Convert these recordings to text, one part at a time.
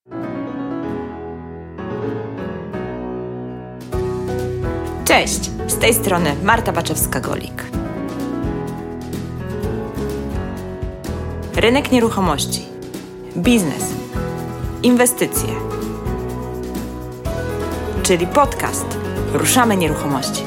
Cześć, z tej strony Marta Baczewska-Golik. Rynek nieruchomości, biznes, inwestycje, czyli podcast Ruszamy Nieruchomości.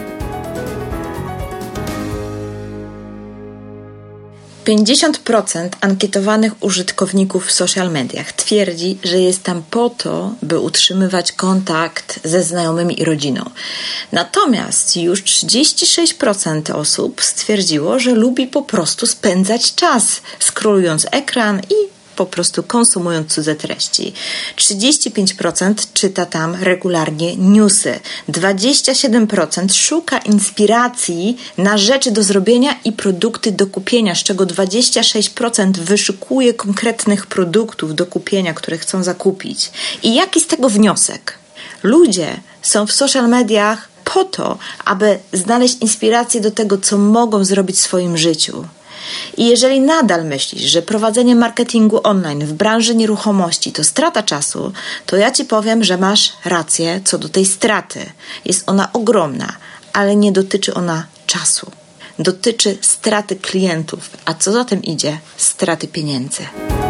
Pięćdziesiąt procent ankietowanych użytkowników w social mediach twierdzi, że jest tam po to, by utrzymywać kontakt ze znajomymi i rodziną. Natomiast już 36% osób stwierdziło, że lubi po prostu spędzać czas, scrollując ekran i po prostu konsumując cudze treści. 35% czyta tam regularnie newsy. 27% szuka inspiracji na rzeczy do zrobienia i produkty do kupienia, z czego 26% wyszukuje konkretnych produktów do kupienia, które chcą zakupić. I jaki z tego wniosek? Ludzie są w social mediach po to, aby znaleźć inspirację do tego, co mogą zrobić w swoim życiu. I jeżeli nadal myślisz, że prowadzenie marketingu online w branży nieruchomości to strata czasu, to ja Ci powiem, że masz rację co do tej straty. Jest ona ogromna, ale nie dotyczy ona czasu. Dotyczy straty klientów, a co za tym idzie, straty pieniędzy.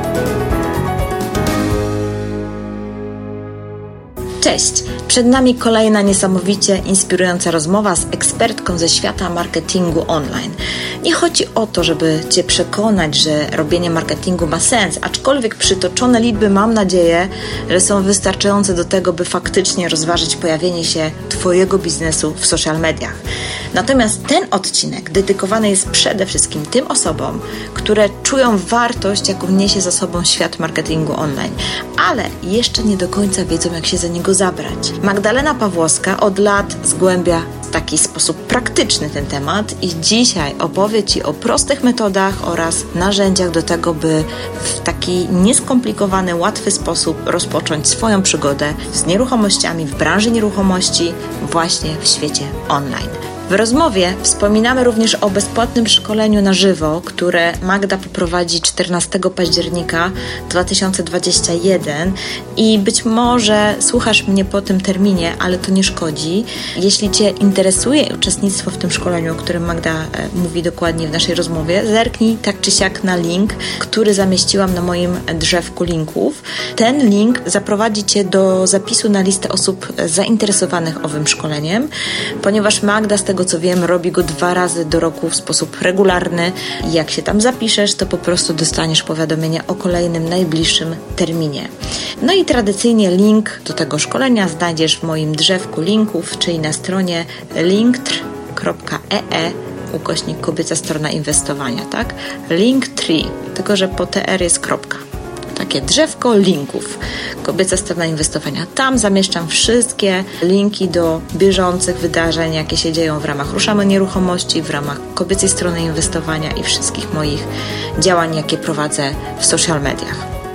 Cześć! Przed nami kolejna niesamowicie inspirująca rozmowa z ekspertką ze świata marketingu online. Nie chodzi o to, żeby Cię przekonać, że robienie marketingu ma sens, aczkolwiek przytoczone liczby mam nadzieję, że są wystarczające do tego, by faktycznie rozważyć pojawienie się Twojego biznesu w social mediach. Natomiast ten odcinek dedykowany jest przede wszystkim tym osobom, które czują wartość, jaką niesie za sobą świat marketingu online, ale jeszcze nie do końca wiedzą, jak się za niego zabrać. Magdalena Pawłowska od lat zgłębia w taki sposób praktyczny ten temat i dzisiaj opowie Ci o prostych metodach oraz narzędziach do tego, by w taki nieskomplikowany, łatwy sposób rozpocząć swoją przygodę z nieruchomościami w branży nieruchomości właśnie w świecie online. W rozmowie wspominamy również o bezpłatnym szkoleniu na żywo, które Magda poprowadzi 14 października 2021 i być może słuchasz mnie po tym terminie, ale to nie szkodzi. Jeśli Cię interesuje uczestnictwo w tym szkoleniu, o którym Magda mówi dokładnie w naszej rozmowie, zerknij tak czy siak na link, który zamieściłam na moim drzewku linków. Ten link zaprowadzi Cię do zapisu na listę osób zainteresowanych owym szkoleniem, ponieważ Magda z tego co wiem, robi go 2 razy do roku w sposób regularny i jak się tam zapiszesz, to po prostu dostaniesz powiadomienie o kolejnym, najbliższym terminie. No i tradycyjnie link do tego szkolenia znajdziesz w moim drzewku linków, czyli na stronie linktr.ee/kobieca strona inwestowania, tak? Linktree, tylko że po TR jest kropka. Takie drzewko linków. Kobieca strona inwestowania. Tam zamieszczam wszystkie linki do bieżących wydarzeń, jakie się dzieją w ramach Ruszamy Nieruchomości, w ramach kobiecej strony inwestowania i wszystkich moich działań, jakie prowadzę w social mediach.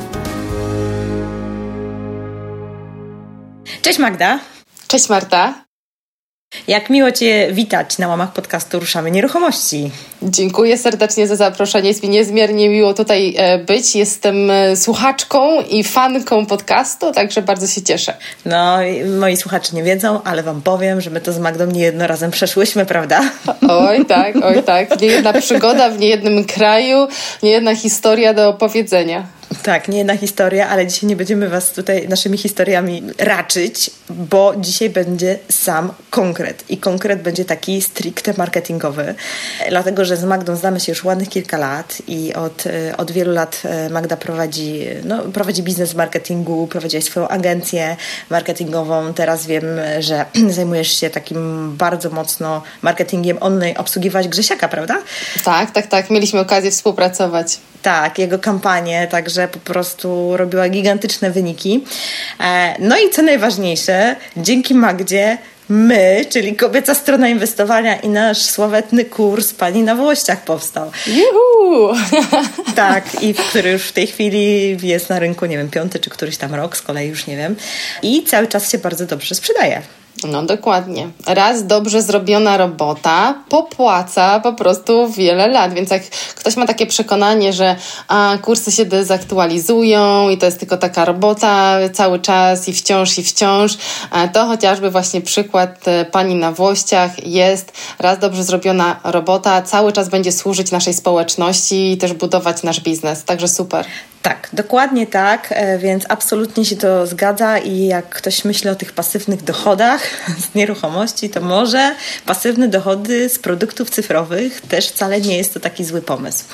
Cześć Magda. Cześć Marta. Jak miło Cię witać na łamach podcastu Ruszamy Nieruchomości. Dziękuję serdecznie za zaproszenie. Jest mi niezmiernie miło tutaj być. Jestem słuchaczką i fanką podcastu, także bardzo się cieszę. No, moi słuchacze nie wiedzą, ale Wam powiem, że my to z Magdą niejedno razem przeszłyśmy, prawda? Oj tak. Niejedna przygoda w niejednym kraju, niejedna historia do opowiedzenia. Tak, nie jedna historia, ale dzisiaj nie będziemy Was tutaj naszymi historiami raczyć, bo dzisiaj będzie sam konkret. I konkret będzie taki stricte marketingowy, dlatego że z Magdą znamy się już ładnych kilka lat i od wielu lat Magda prowadzi biznes w marketingu, prowadziłaś swoją agencję marketingową. Teraz wiem, że zajmujesz się takim bardzo mocno marketingiem online, obsługiwałaś Grzesiaka, prawda? Tak. Mieliśmy okazję współpracować. Tak, jego kampanię, także po prostu robiła gigantyczne wyniki. No i co najważniejsze, dzięki Magdzie my, czyli kobieca strona inwestowania i nasz sławetny kurs Pani na Włościach powstał. Juhu! Tak, i który już w tej chwili jest na rynku, nie wiem, 5. czy któryś tam rok, z kolei już nie wiem. I cały czas się bardzo dobrze sprzedaje. No dokładnie. Raz dobrze zrobiona robota popłaca po prostu wiele lat, więc jak ktoś ma takie przekonanie, że kursy się dezaktualizują i to jest tylko taka robota cały czas i wciąż, to chociażby właśnie przykład pani na Włościach jest raz dobrze zrobiona robota, cały czas będzie służyć naszej społeczności i też budować nasz biznes, także super. Tak, dokładnie tak, więc absolutnie się to zgadza i jak ktoś myśli o tych pasywnych dochodach z nieruchomości, to może pasywne dochody z produktów cyfrowych też wcale nie jest to taki zły pomysł.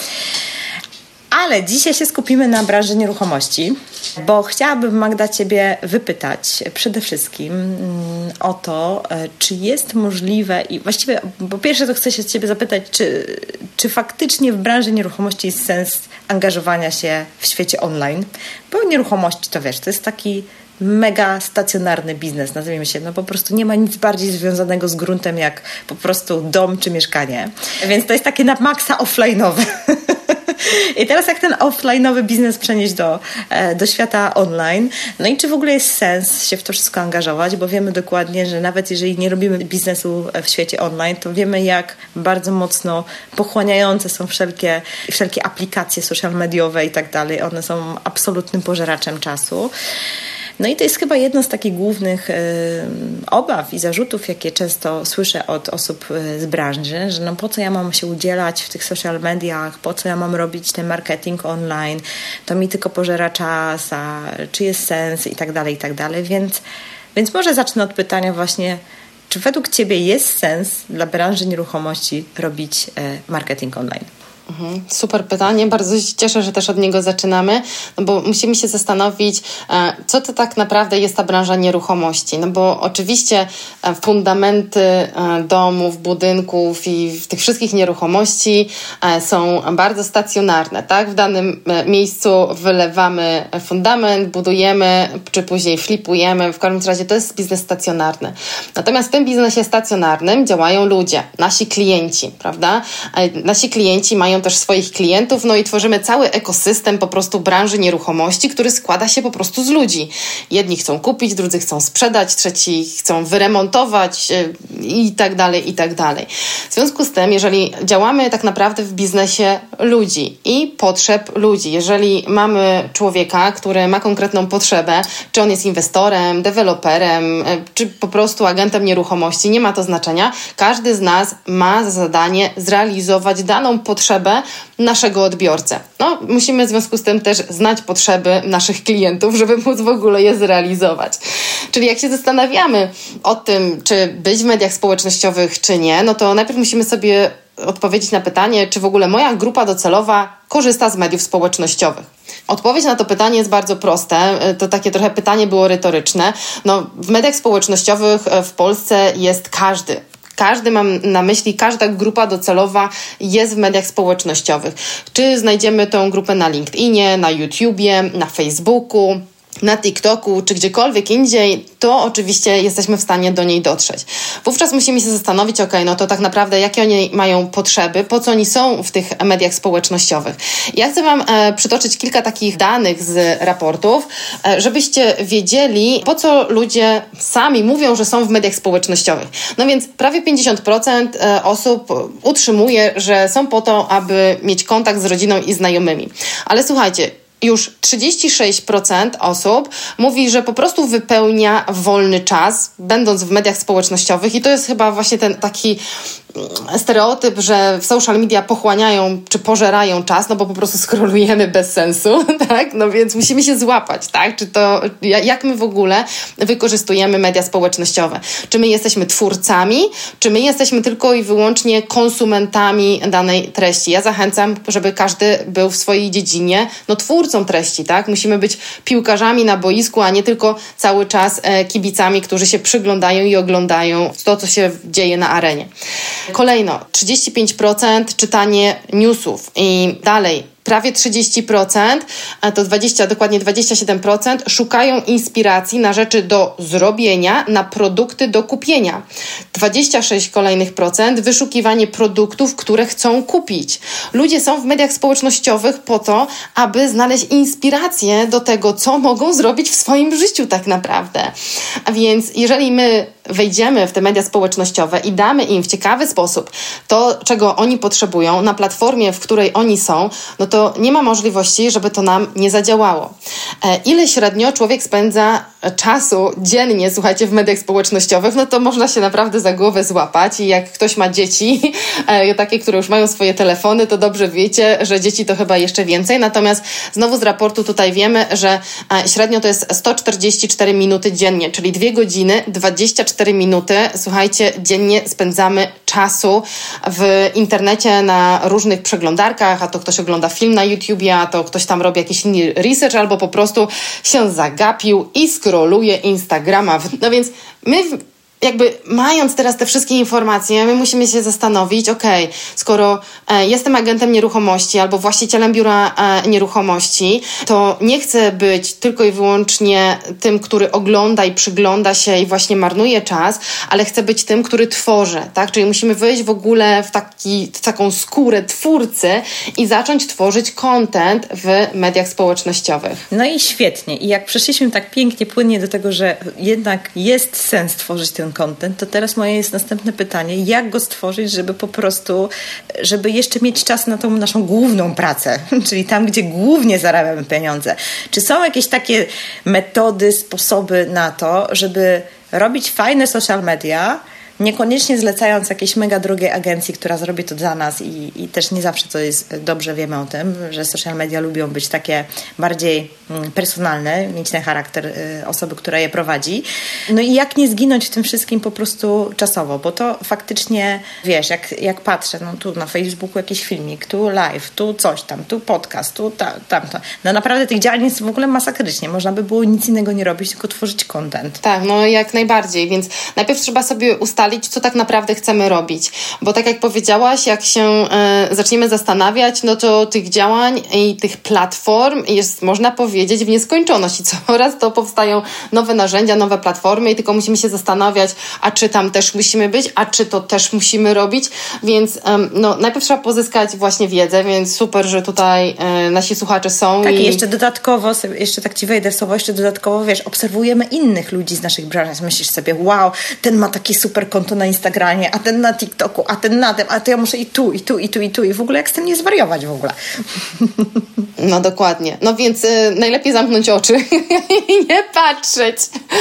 Ale dzisiaj się skupimy na branży nieruchomości, bo chciałabym, Magda, Ciebie wypytać przede wszystkim o to, czy jest możliwe i właściwie, po pierwsze to chcę się Ciebie zapytać, czy faktycznie w branży nieruchomości jest sens angażowania się w świecie online? Bo nieruchomości to wiesz, to jest taki mega stacjonarny biznes, nazwijmy się, no po prostu nie ma nic bardziej związanego z gruntem jak po prostu dom czy mieszkanie, więc to jest takie na maksa offline'owe. I teraz jak ten offline'owy biznes przenieść do świata online, no i czy w ogóle jest sens się w to wszystko angażować, bo wiemy dokładnie, że nawet jeżeli nie robimy biznesu w świecie online, to wiemy jak bardzo mocno pochłaniające są wszelkie aplikacje social mediowe i tak dalej, one są absolutnym pożeraczem czasu. No i to jest chyba jedno z takich głównych obaw i zarzutów, jakie często słyszę od osób z branży, że no po co ja mam się udzielać w tych social mediach, po co ja mam robić ten marketing online, to mi tylko pożera czas, a czy jest sens i tak dalej, więc może zacznę od pytania właśnie, czy według Ciebie jest sens dla branży nieruchomości robić marketing online? Super pytanie, bardzo się cieszę, że też od niego zaczynamy, no bo musimy się zastanowić, co to tak naprawdę jest ta branża nieruchomości, no bo oczywiście fundamenty domów, budynków i tych wszystkich nieruchomości są bardzo stacjonarne, tak? W danym miejscu wylewamy fundament, budujemy, czy później flipujemy, w każdym razie to jest biznes stacjonarny. Natomiast w tym biznesie stacjonarnym działają ludzie, nasi klienci, prawda? Nasi klienci mają też swoich klientów, no i tworzymy cały ekosystem po prostu branży nieruchomości, który składa się po prostu z ludzi. Jedni chcą kupić, drudzy chcą sprzedać, trzeci chcą wyremontować i tak dalej, i tak dalej. W związku z tym, jeżeli działamy tak naprawdę w biznesie ludzi i potrzeb ludzi, jeżeli mamy człowieka, który ma konkretną potrzebę, czy on jest inwestorem, deweloperem, czy po prostu agentem nieruchomości, nie ma to znaczenia. Każdy z nas ma za zadanie zrealizować daną potrzebę naszego odbiorcę. No, musimy w związku z tym też znać potrzeby naszych klientów, żeby móc w ogóle je zrealizować. Czyli jak się zastanawiamy o tym, czy być w mediach społecznościowych, czy nie, no to najpierw musimy sobie odpowiedzieć na pytanie, czy w ogóle moja grupa docelowa korzysta z mediów społecznościowych. Odpowiedź na to pytanie jest bardzo proste. To takie trochę pytanie było retoryczne. No, w mediach społecznościowych w Polsce jest każdy. Każdy, mam na myśli, każda grupa docelowa jest w mediach społecznościowych. Czy znajdziemy tą grupę na LinkedInie, na YouTubie, na Facebooku, na TikToku, czy gdziekolwiek indziej, to oczywiście jesteśmy w stanie do niej dotrzeć. Wówczas musimy się zastanowić, no to tak naprawdę jakie oni mają potrzeby, po co oni są w tych mediach społecznościowych. Ja chcę Wam przytoczyć kilka takich danych z raportów, żebyście wiedzieli, po co ludzie sami mówią, że są w mediach społecznościowych. No więc prawie 50% osób utrzymuje, że są po to, aby mieć kontakt z rodziną i znajomymi. Ale słuchajcie, już 36% osób mówi, że po prostu wypełnia wolny czas, będąc w mediach społecznościowych, i to jest chyba właśnie ten taki stereotyp, że w social media pochłaniają czy pożerają czas, no bo po prostu scrollujemy bez sensu, tak? No więc musimy się złapać, tak? Czy to, jak my w ogóle wykorzystujemy media społecznościowe? Czy my jesteśmy twórcami, czy my jesteśmy tylko i wyłącznie konsumentami danej treści? Ja zachęcam, żeby każdy był w swojej dziedzinie, no twórcą treści, tak? Musimy być piłkarzami na boisku, a nie tylko cały czas kibicami, którzy się przyglądają i oglądają to, co się dzieje na arenie. Kolejno, 35% czytanie newsów i dalej prawie 30%, a to dokładnie 27% szukają inspiracji na rzeczy do zrobienia, na produkty do kupienia. 26% kolejnych wyszukiwanie produktów, które chcą kupić. Ludzie są w mediach społecznościowych po to, aby znaleźć inspirację do tego, co mogą zrobić w swoim życiu tak naprawdę. A więc jeżeli my wejdziemy w te media społecznościowe i damy im w ciekawy sposób to, czego oni potrzebują na platformie, w której oni są, no to nie ma możliwości, żeby to nam nie zadziałało. Ile średnio człowiek spędza czasu dziennie, słuchajcie, w mediach społecznościowych, no to można się naprawdę za głowę złapać i jak ktoś ma dzieci, takie, które już mają swoje telefony, to dobrze wiecie, że dzieci to chyba jeszcze więcej. Natomiast znowu z raportu tutaj wiemy, że średnio to jest 144 minuty dziennie, czyli 2 godziny, 24 minuty, słuchajcie, dziennie spędzamy czasu w internecie na różnych przeglądarkach, a to ktoś ogląda film na YouTubie, a to ktoś tam robi jakiś inny research, albo po prostu się zagapił i scrolluje Instagrama. No więc my jakby mając teraz te wszystkie informacje, my musimy się zastanowić, skoro jestem agentem nieruchomości albo właścicielem biura nieruchomości, to nie chcę być tylko i wyłącznie tym, który ogląda i przygląda się i właśnie marnuje czas, ale chcę być tym, który tworzy, tak? Czyli musimy wejść w ogóle w taką skórę twórcy i zacząć tworzyć content w mediach społecznościowych. No i świetnie. I jak przeszliśmy tak pięknie, płynnie do tego, że jednak jest sens tworzyć ten content, to teraz moje jest następne pytanie, jak go stworzyć, żeby po prostu, żeby jeszcze mieć czas na tą naszą główną pracę, czyli tam, gdzie głównie zarabiamy pieniądze. Czy są jakieś takie metody, sposoby na to, żeby robić fajne social media, niekoniecznie zlecając jakiejś mega drogiej agencji, która zrobi to dla nas i też nie zawsze to jest dobrze, wiemy o tym, że social media lubią być takie bardziej personalne, mieć ten charakter osoby, która je prowadzi. No i jak nie zginąć w tym wszystkim po prostu czasowo, bo to faktycznie, wiesz, jak patrzę, no tu na Facebooku jakiś filmik, tu live, tu coś tam, tu podcast, tu tamto. No naprawdę tych działań jest w ogóle masakrycznie. Można by było nic innego nie robić, tylko tworzyć content. Tak, no jak najbardziej, więc najpierw trzeba sobie ustalić, co tak naprawdę chcemy robić. Bo tak jak powiedziałaś, jak się zaczniemy zastanawiać, no to tych działań i tych platform jest, można powiedzieć, w nieskończoność i coraz to powstają nowe narzędzia, nowe platformy i tylko musimy się zastanawiać, a czy tam też musimy być, a czy to też musimy robić, więc no najpierw trzeba pozyskać właśnie wiedzę, więc super, że tutaj nasi słuchacze są. Tak, i jeszcze dodatkowo, jeszcze tak ci wejdę w słowo, jeszcze dodatkowo, wiesz, obserwujemy innych ludzi z naszych branż. Myślisz sobie, wow, ten ma taki super konto na Instagramie, a ten na TikToku, a ten na tym, a to ja muszę i tu, i tu, i tu, i tu. I w ogóle jak z tym nie zwariować w ogóle. No dokładnie. No więc najlepiej zamknąć oczy i nie patrzeć.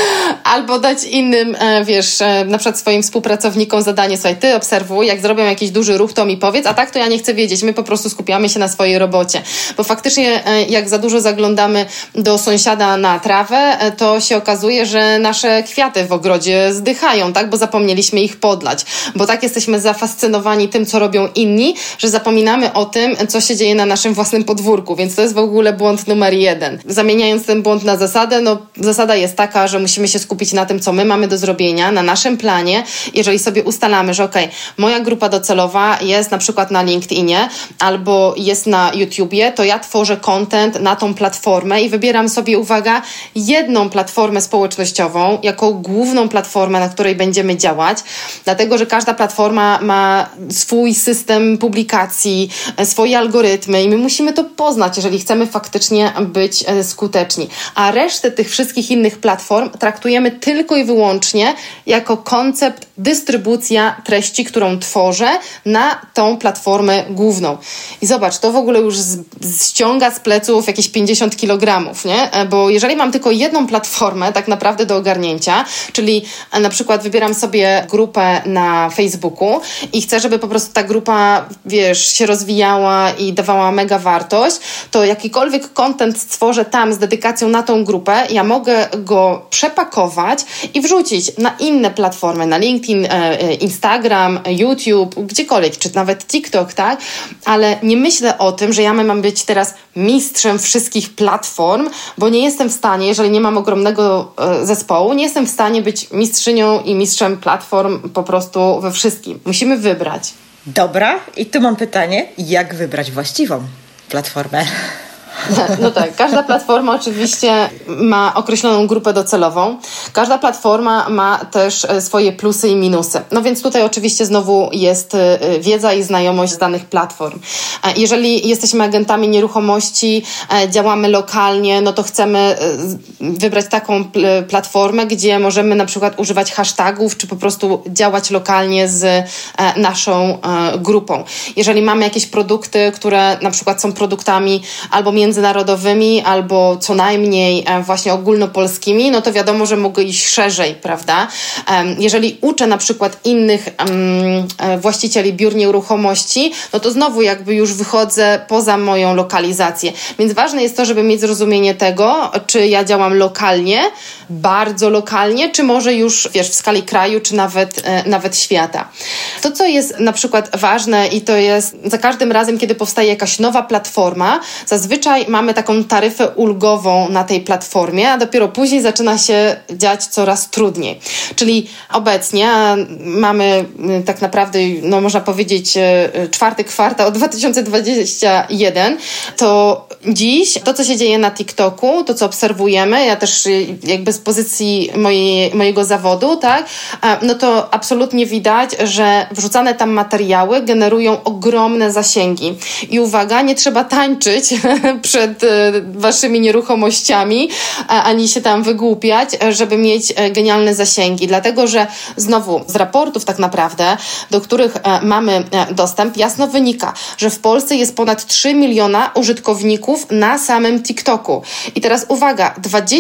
Albo dać innym, wiesz, na przykład swoim współpracownikom zadanie, słuchaj, ty obserwuj, jak zrobią jakiś duży ruch, to mi powiedz, a tak to ja nie chcę wiedzieć. My po prostu skupiamy się na swojej robocie. Bo faktycznie jak za dużo zaglądamy do sąsiada na trawę, to się okazuje, że nasze kwiaty w ogrodzie zdychają, tak? Bo zapomnieliśmy ich podlać. Bo tak jesteśmy zafascynowani tym, co robią inni, że zapominamy o tym, co się dzieje na naszym własnym podwórku. Więc to jest w ogóle błąd numer 1. Zamieniając ten błąd na zasadę, no zasada jest taka, że musimy się skupić na tym, co my mamy do zrobienia, na naszym planie. Jeżeli sobie ustalamy, że moja grupa docelowa jest na przykład na LinkedInie albo jest na YouTubie, to ja tworzę content na tą platformę i wybieram sobie, uwaga, jedną platformę społecznościową jako główną platformę, na której będziemy działać, dlatego, że każda platforma ma swój system publikacji, swoje algorytmy i my musimy to poznać, jeżeli chcemy faktycznie być skuteczni. A resztę tych wszystkich innych platform traktujemy tylko i wyłącznie jako koncept dystrybucja treści, którą tworzę na tą platformę główną. I zobacz, to w ogóle już ściąga z pleców jakieś 50 kg, nie? Bo jeżeli mam tylko jedną platformę tak naprawdę do ogarnięcia, czyli na przykład wybieram sobie grupę na Facebooku i chcę, żeby po prostu ta grupa, wiesz, się rozwijała i dawała mega wartość, to jakikolwiek content stworzę tam z dedykacją na tą grupę, ja mogę go przepakować i wrzucić na inne platformy, na LinkedIn, Instagram, YouTube, gdziekolwiek, czy nawet TikTok, tak? Ale nie myślę o tym, że ja mam być teraz mistrzem wszystkich platform, bo nie jestem w stanie, jeżeli nie mam ogromnego zespołu, nie jestem w stanie być mistrzynią i mistrzem platform po prostu we wszystkim. Musimy wybrać. Dobra, i tu mam pytanie, jak wybrać właściwą platformę? No tak, każda platforma oczywiście ma określoną grupę docelową. Każda platforma ma też swoje plusy i minusy. No więc tutaj oczywiście znowu jest wiedza i znajomość danych platform. Jeżeli jesteśmy agentami nieruchomości, działamy lokalnie, no to chcemy wybrać taką platformę, gdzie możemy na przykład używać hashtagów, czy po prostu działać lokalnie z naszą grupą. Jeżeli mamy jakieś produkty, które na przykład są produktami albo międzynarodowymi, albo co najmniej właśnie ogólnopolskimi, no to wiadomo, że mogę iść szerzej, prawda? Jeżeli uczę na przykład innych właścicieli biur nieruchomości, no to znowu jakby już wychodzę poza moją lokalizację. Więc ważne jest to, żeby mieć zrozumienie tego, czy ja działam lokalnie, bardzo lokalnie, czy może już, w skali kraju, czy nawet świata. To, co jest na przykład ważne i to jest za każdym razem, kiedy powstaje jakaś nowa platforma, zazwyczaj mamy taką taryfę ulgową na tej platformie, a dopiero później zaczyna się dziać coraz trudniej. Czyli obecnie mamy tak naprawdę, no można powiedzieć, 4. kwartał 2021, to dziś to, co się dzieje na TikToku, to, co obserwujemy, ja też jakby z pozycji mojego zawodu, tak, no to absolutnie widać, że wrzucane tam materiały generują ogromne zasięgi. I uwaga, nie trzeba tańczyć przed waszymi nieruchomościami, ani się tam wygłupiać, żeby mieć genialne zasięgi. Dlatego, że znowu z raportów tak naprawdę, do których mamy dostęp, jasno wynika, że w Polsce jest ponad 3 miliona użytkowników na samym TikToku. I teraz uwaga,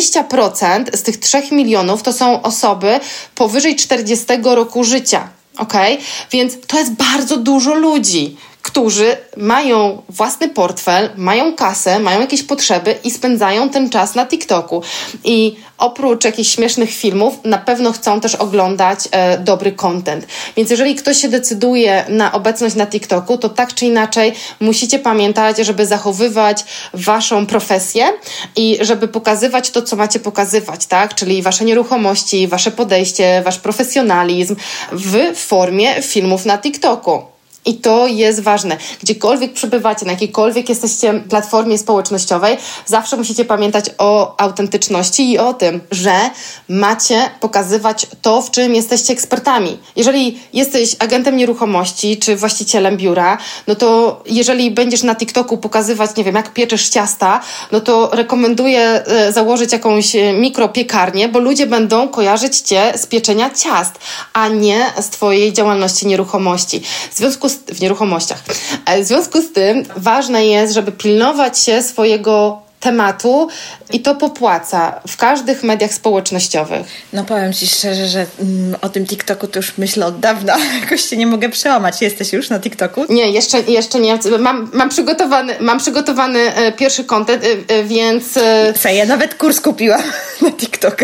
20% z tych 3 milionów to są osoby powyżej 40 roku życia. Okay? Więc to jest bardzo dużo ludzi, którzy mają własny portfel, mają kasę, mają jakieś potrzeby i spędzają ten czas na TikToku. I oprócz jakichś śmiesznych filmów na pewno chcą też oglądać dobry content. Więc jeżeli ktoś się decyduje na obecność na TikToku, to tak czy inaczej musicie pamiętać, żeby zachowywać waszą profesję i żeby pokazywać to, co macie pokazywać, tak? Czyli wasze nieruchomości, wasze podejście, wasz profesjonalizm w formie filmów na TikToku. I to jest ważne. Gdziekolwiek przebywacie, na jakiejkolwiek jesteście platformie społecznościowej, zawsze musicie pamiętać o autentyczności i o tym, że macie pokazywać to, w czym jesteście ekspertami. Jeżeli jesteś agentem nieruchomości czy właścicielem biura, no to jeżeli będziesz na TikToku pokazywać, nie wiem, jak pieczesz ciasta, no to rekomenduję założyć jakąś mikropiekarnię, bo ludzie będą kojarzyć cię z pieczenia ciast, a nie z twojej działalności nieruchomości. W nieruchomościach. W związku z tym ważne jest, żeby pilnować się swojego tematu i to popłaca w każdych mediach społecznościowych. No powiem Ci szczerze, że o tym TikToku to już myślę od dawna. Jakoś się nie mogę przełamać. Jesteś już na TikToku? Nie, jeszcze nie. Mam przygotowany pierwszy content, więc... Co, ja nawet kurs kupiłam na TikToka.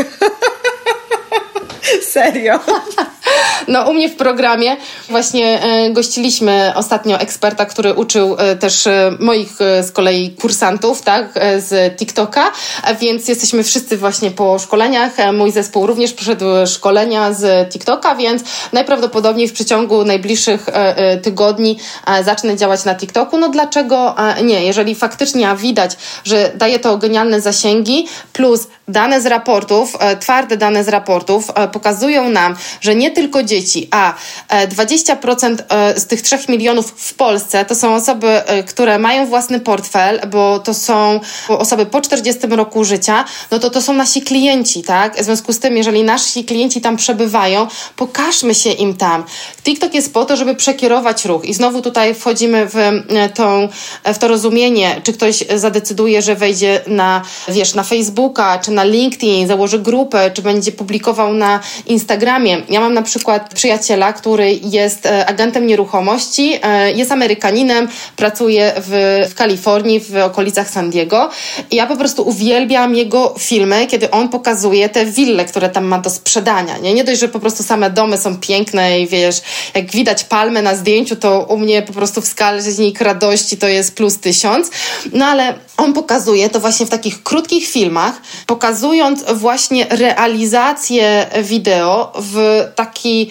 Serio? No u mnie w programie właśnie gościliśmy ostatnio eksperta, który uczył też moich z kolei kursantów, tak, z TikToka, więc jesteśmy wszyscy właśnie po szkoleniach. Mój zespół również przeszedł szkolenia z TikToka, więc najprawdopodobniej w przeciągu najbliższych tygodni zacznę działać na TikToku. No dlaczego nie? Jeżeli faktycznie widać, że daje to genialne zasięgi, plus dane z raportów, twarde dane z raportów pokazują nam, że nie tylko dzieci, a 20% z tych 3 milionów w Polsce to są osoby, które mają własny portfel, bo to są osoby po 40 roku życia, no to są nasi klienci, tak? W związku z tym, jeżeli nasi klienci tam przebywają, pokażmy się im tam. TikTok jest po to, żeby przekierować ruch i znowu tutaj wchodzimy w to rozumienie, czy ktoś zadecyduje, że wejdzie na Facebooka, czy na LinkedIn, założy grupę, czy będzie publikował na Instagramie. Ja mam na przykład przyjaciela, który jest agentem nieruchomości, jest Amerykaninem, pracuje w Kalifornii, w okolicach San Diego i ja po prostu uwielbiam jego filmy, kiedy on pokazuje te wille, które tam ma do sprzedania. Nie dość, że po prostu same domy są piękne i jak widać palmę na zdjęciu, to u mnie po prostu wskaźnik radości to jest +1000. No ale on pokazuje to właśnie w takich krótkich filmach, pokazując właśnie realizację wideo w taki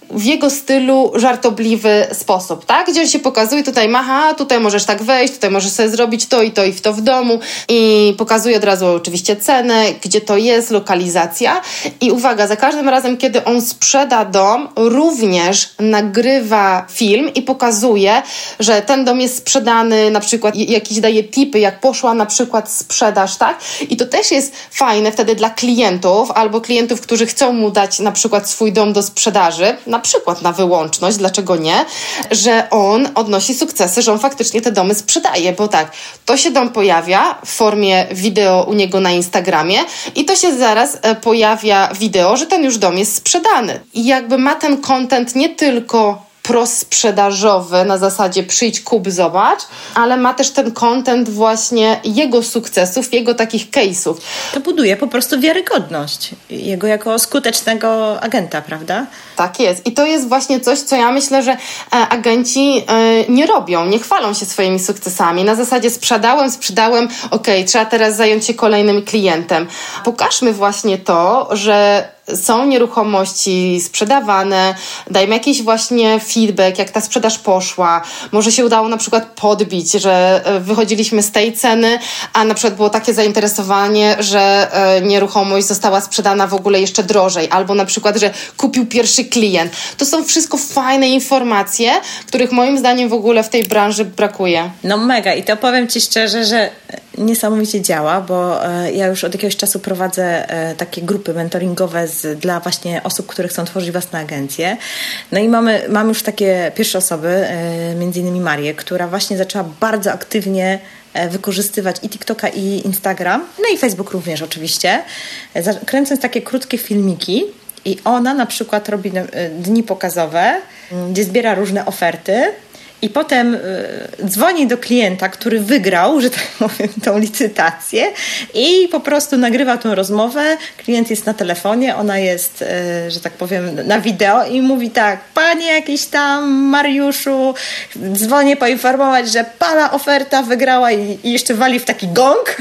w jego stylu żartobliwy sposób, tak? Gdzie on się pokazuje, tutaj macha, tutaj możesz tak wejść, tutaj możesz sobie zrobić to i to i w to w domu i pokazuje od razu oczywiście cenę, gdzie to jest, lokalizacja i uwaga, za każdym razem, kiedy on sprzeda dom, również nagrywa film i pokazuje, że ten dom jest sprzedany, na przykład jakieś daje tipy, jak poszła na przykład sprzedaż, tak? I to też jest fajne wtedy dla klientów albo klientów, którzy chcą mu dać na przykład swój dom do sprzedaży, na przykład na wyłączność, dlaczego nie, że on odnosi sukcesy, że on faktycznie te domy sprzedaje, bo tak, to się dom pojawia w formie wideo u niego na Instagramie i to się zaraz pojawia wideo, że ten już dom jest sprzedany. I jakby ma ten content nie tylko prosprzedażowy na zasadzie przyjdź, kup, zobacz, ale ma też ten content właśnie jego sukcesów, jego takich case'ów. To buduje po prostu wiarygodność jego jako skutecznego agenta, prawda? Tak jest. I to jest właśnie coś, co ja myślę, że agenci nie robią, nie chwalą się swoimi sukcesami. Na zasadzie sprzedałem, okej, trzeba teraz zająć się kolejnym klientem. Pokażmy właśnie to, że są nieruchomości sprzedawane, dajmy jakiś właśnie feedback, jak ta sprzedaż poszła. Może się udało na przykład podbić, że wychodziliśmy z tej ceny, a na przykład było takie zainteresowanie, że nieruchomość została sprzedana w ogóle jeszcze drożej, albo na przykład, że kupił pierwszy klient. To są wszystko fajne informacje, których moim zdaniem w ogóle w tej branży brakuje. No mega i to powiem Ci szczerze, że niesamowicie działa, bo ja już od jakiegoś czasu prowadzę takie grupy mentoringowe dla właśnie osób, które chcą tworzyć własne agencje. No i mamy już takie pierwsze osoby, między innymi Marię, która właśnie zaczęła bardzo aktywnie wykorzystywać i TikToka, i Instagram, no i Facebook również oczywiście, kręcąc takie krótkie filmiki. I ona na przykład robi dni pokazowe, gdzie zbiera różne oferty i potem dzwoni do klienta, który wygrał, że tak powiem, tą licytację i po prostu nagrywa tą rozmowę. Klient jest na telefonie, ona jest, że tak powiem, na wideo i mówi tak: panie jakiś tam Mariuszu, dzwonię poinformować, że pana oferta wygrała i jeszcze wali w taki gong.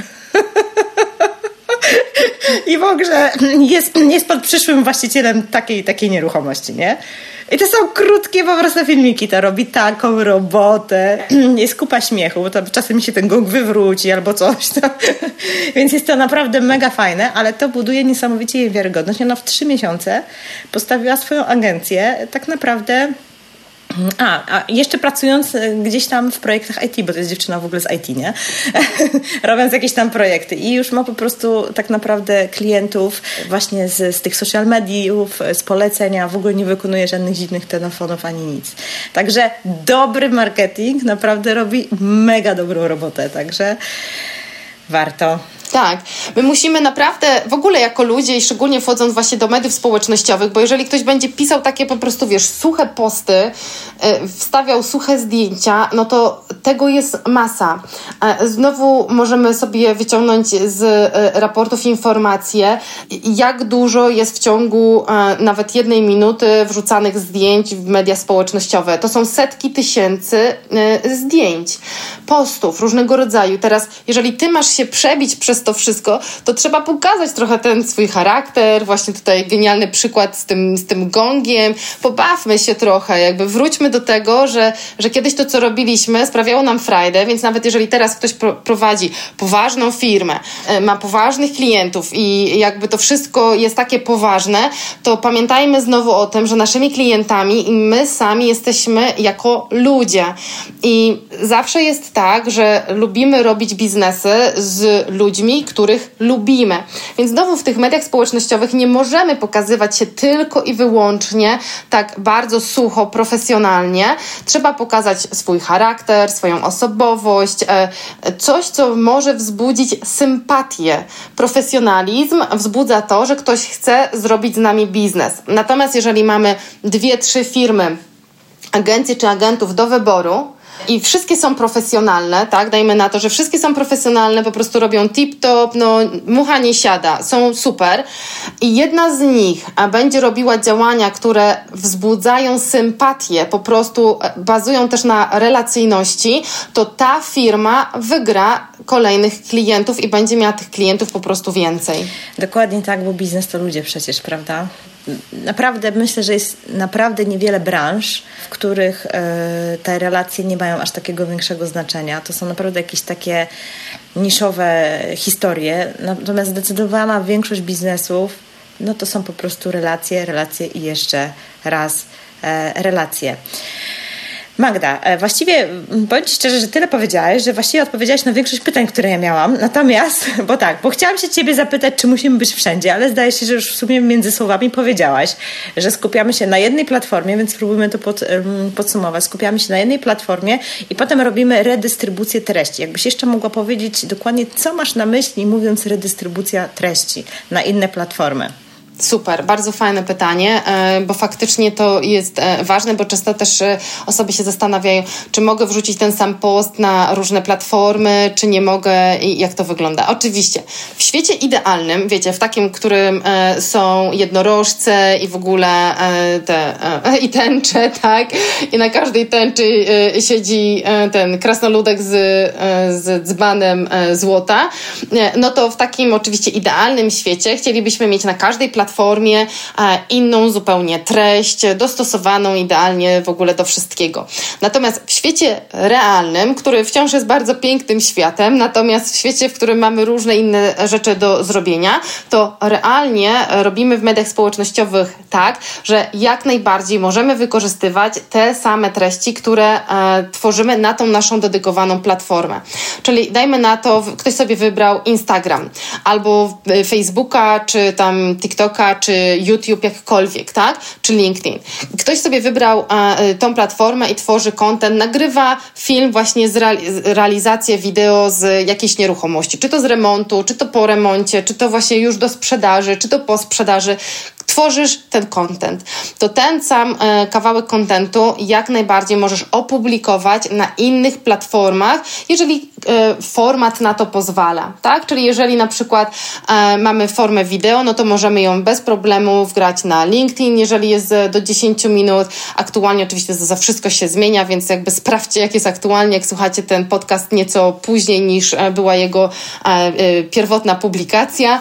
I w ogóle jest pod przyszłym właścicielem takiej nieruchomości, nie? I to są krótkie po prostu filmiki, to robi taką robotę. Jest kupa śmiechu, bo to czasem mi się ten gong wywróci albo coś tam. Więc jest to naprawdę mega fajne, ale to buduje niesamowicie jej wiarygodność. Ona w 3 miesiące postawiła swoją agencję tak naprawdę. A jeszcze pracując gdzieś tam w projektach IT, bo to jest dziewczyna w ogóle z IT, nie? Robiąc jakieś tam projekty i już ma po prostu tak naprawdę klientów właśnie z tych social mediów, z polecenia, w ogóle nie wykonuje żadnych dziwnych telefonów ani nic. Także dobry marketing naprawdę robi mega dobrą robotę, także warto. Tak, my musimy naprawdę w ogóle jako ludzie i szczególnie wchodząc właśnie do mediów społecznościowych, bo jeżeli ktoś będzie pisał takie po prostu, wiesz, suche posty, wstawiał suche zdjęcia, no to tego jest masa. Znowu możemy sobie wyciągnąć z raportów informacje, jak dużo jest w ciągu nawet 1 minuty wrzucanych zdjęć w media społecznościowe. To są setki tysięcy zdjęć, postów różnego rodzaju. Teraz, jeżeli ty masz się przebić przez to wszystko, to trzeba pokazać trochę ten swój charakter, właśnie tutaj genialny przykład z tym gongiem, pobawmy się trochę, jakby wróćmy do tego, że kiedyś to, co robiliśmy, sprawiało nam frajdę, więc nawet jeżeli teraz ktoś prowadzi poważną firmę, ma poważnych klientów i jakby to wszystko jest takie poważne, to pamiętajmy znowu o tym, że naszymi klientami i my sami jesteśmy jako ludzie i zawsze jest tak, że lubimy robić biznesy z ludźmi, których lubimy. Więc znowu w tych mediach społecznościowych nie możemy pokazywać się tylko i wyłącznie tak bardzo sucho, profesjonalnie. Trzeba pokazać swój charakter, swoją osobowość, coś, co może wzbudzić sympatię. Profesjonalizm wzbudza to, że ktoś chce zrobić z nami biznes. Natomiast jeżeli mamy 2-3 firmy, agencje czy agentów do wyboru, i wszystkie są profesjonalne, tak? Dajmy na to, że wszystkie są profesjonalne, po prostu robią tip-top, no mucha nie siada, są super. I jedna z nich będzie robiła działania, które wzbudzają sympatię, po prostu bazują też na relacyjności, to ta firma wygra kolejnych klientów i będzie miała tych klientów po prostu więcej. Dokładnie tak, bo biznes to ludzie przecież, prawda? naprawdę myślę, że jest naprawdę niewiele branż, w których te relacje nie mają aż takiego większego znaczenia. To są naprawdę jakieś takie niszowe historie, natomiast zdecydowana większość biznesów to są po prostu relacje i jeszcze raz relacje. Magda, właściwie powiem Ci szczerze, że tyle powiedziałaś, że właściwie odpowiedziałaś na większość pytań, które ja miałam. Natomiast, bo chciałam się Ciebie zapytać, czy musimy być wszędzie, ale zdaje się, że już w sumie między słowami powiedziałaś, że skupiamy się na jednej platformie, więc spróbujmy to podsumować. Skupiamy się na jednej platformie i potem robimy redystrybucję treści. Jakbyś jeszcze mogła powiedzieć dokładnie, co masz na myśli, mówiąc redystrybucja treści na inne platformy? Super, bardzo fajne pytanie, bo faktycznie to jest ważne, bo często też osoby się zastanawiają, czy mogę wrzucić ten sam post na różne platformy, czy nie mogę i jak to wygląda. Oczywiście, w świecie idealnym, wiecie, w takim, którym są jednorożce i w ogóle i tęcze, tak? I na każdej tęczy siedzi ten krasnoludek z dzbanem złota, no to w takim oczywiście idealnym świecie chcielibyśmy mieć na każdej platformie inną zupełnie treść, dostosowaną idealnie w ogóle do wszystkiego. Natomiast w świecie realnym, który wciąż jest bardzo pięknym światem, natomiast w świecie, w którym mamy różne inne rzeczy do zrobienia, to realnie robimy w mediach społecznościowych tak, że jak najbardziej możemy wykorzystywać te same treści, które tworzymy na tą naszą dedykowaną platformę. Czyli dajmy na to, ktoś sobie wybrał Instagram albo Facebooka, czy tam TikToka, czy YouTube, jakkolwiek, tak? Czy LinkedIn. Ktoś sobie wybrał tą platformę i tworzy content, nagrywa film właśnie z realizację wideo z jakiejś nieruchomości. Czy to z remontu, czy to po remoncie, czy to właśnie już do sprzedaży, czy to po sprzedaży. Tworzysz ten content. To ten sam kawałek contentu jak najbardziej możesz opublikować na innych platformach, jeżeli format na to pozwala, tak? Czyli jeżeli na przykład mamy formę wideo, no to możemy ją bez problemu wgrać na LinkedIn, jeżeli jest do 10 minut. Aktualnie oczywiście za wszystko się zmienia, więc jakby sprawdźcie, jak jest aktualnie, jak słuchacie ten podcast nieco później niż była jego pierwotna publikacja.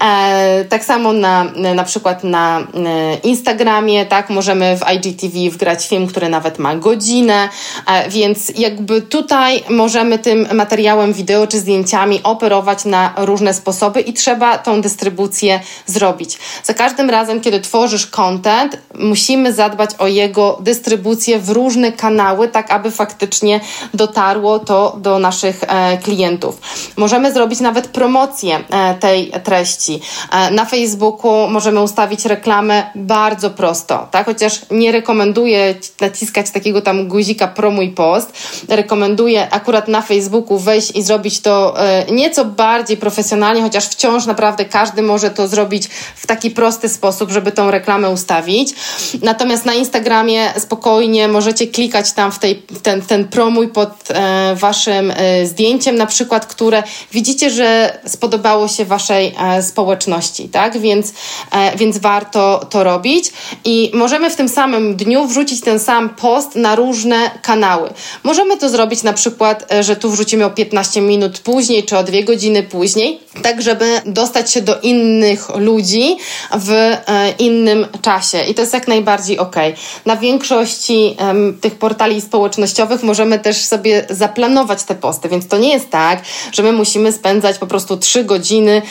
Tak samo na przykład na Instagramie, tak, możemy w IGTV wgrać film, który nawet ma godzinę, więc jakby tutaj możemy tym materiałem wideo czy zdjęciami operować na różne sposoby i trzeba tą dystrybucję zrobić. Za każdym razem, kiedy tworzysz content, musimy zadbać o jego dystrybucję w różne kanały, tak aby faktycznie dotarło to do naszych klientów. Możemy zrobić nawet promocję tej treści. Na Facebooku możemy ustawić reklamę bardzo prosto, tak? Chociaż nie rekomenduję naciskać takiego tam guzika promuj post. Rekomenduję akurat na Facebooku wejść i zrobić to nieco bardziej profesjonalnie, chociaż wciąż naprawdę każdy może to zrobić w taki prosty sposób, żeby tą reklamę ustawić. Natomiast na Instagramie spokojnie możecie klikać tam w ten promuj pod waszym zdjęciem na przykład, które widzicie, że spodobało się waszej społeczności, tak? Więc warto to robić i możemy w tym samym dniu wrzucić ten sam post na różne kanały. Możemy to zrobić na przykład, że tu wrzucimy o 15 minut później, czy o 2 godziny później, tak żeby dostać się do innych ludzi w innym czasie i to jest jak najbardziej okej. Na większości tych portali społecznościowych możemy też sobie zaplanować te posty, więc to nie jest tak, że my musimy spędzać po prostu 3 godziny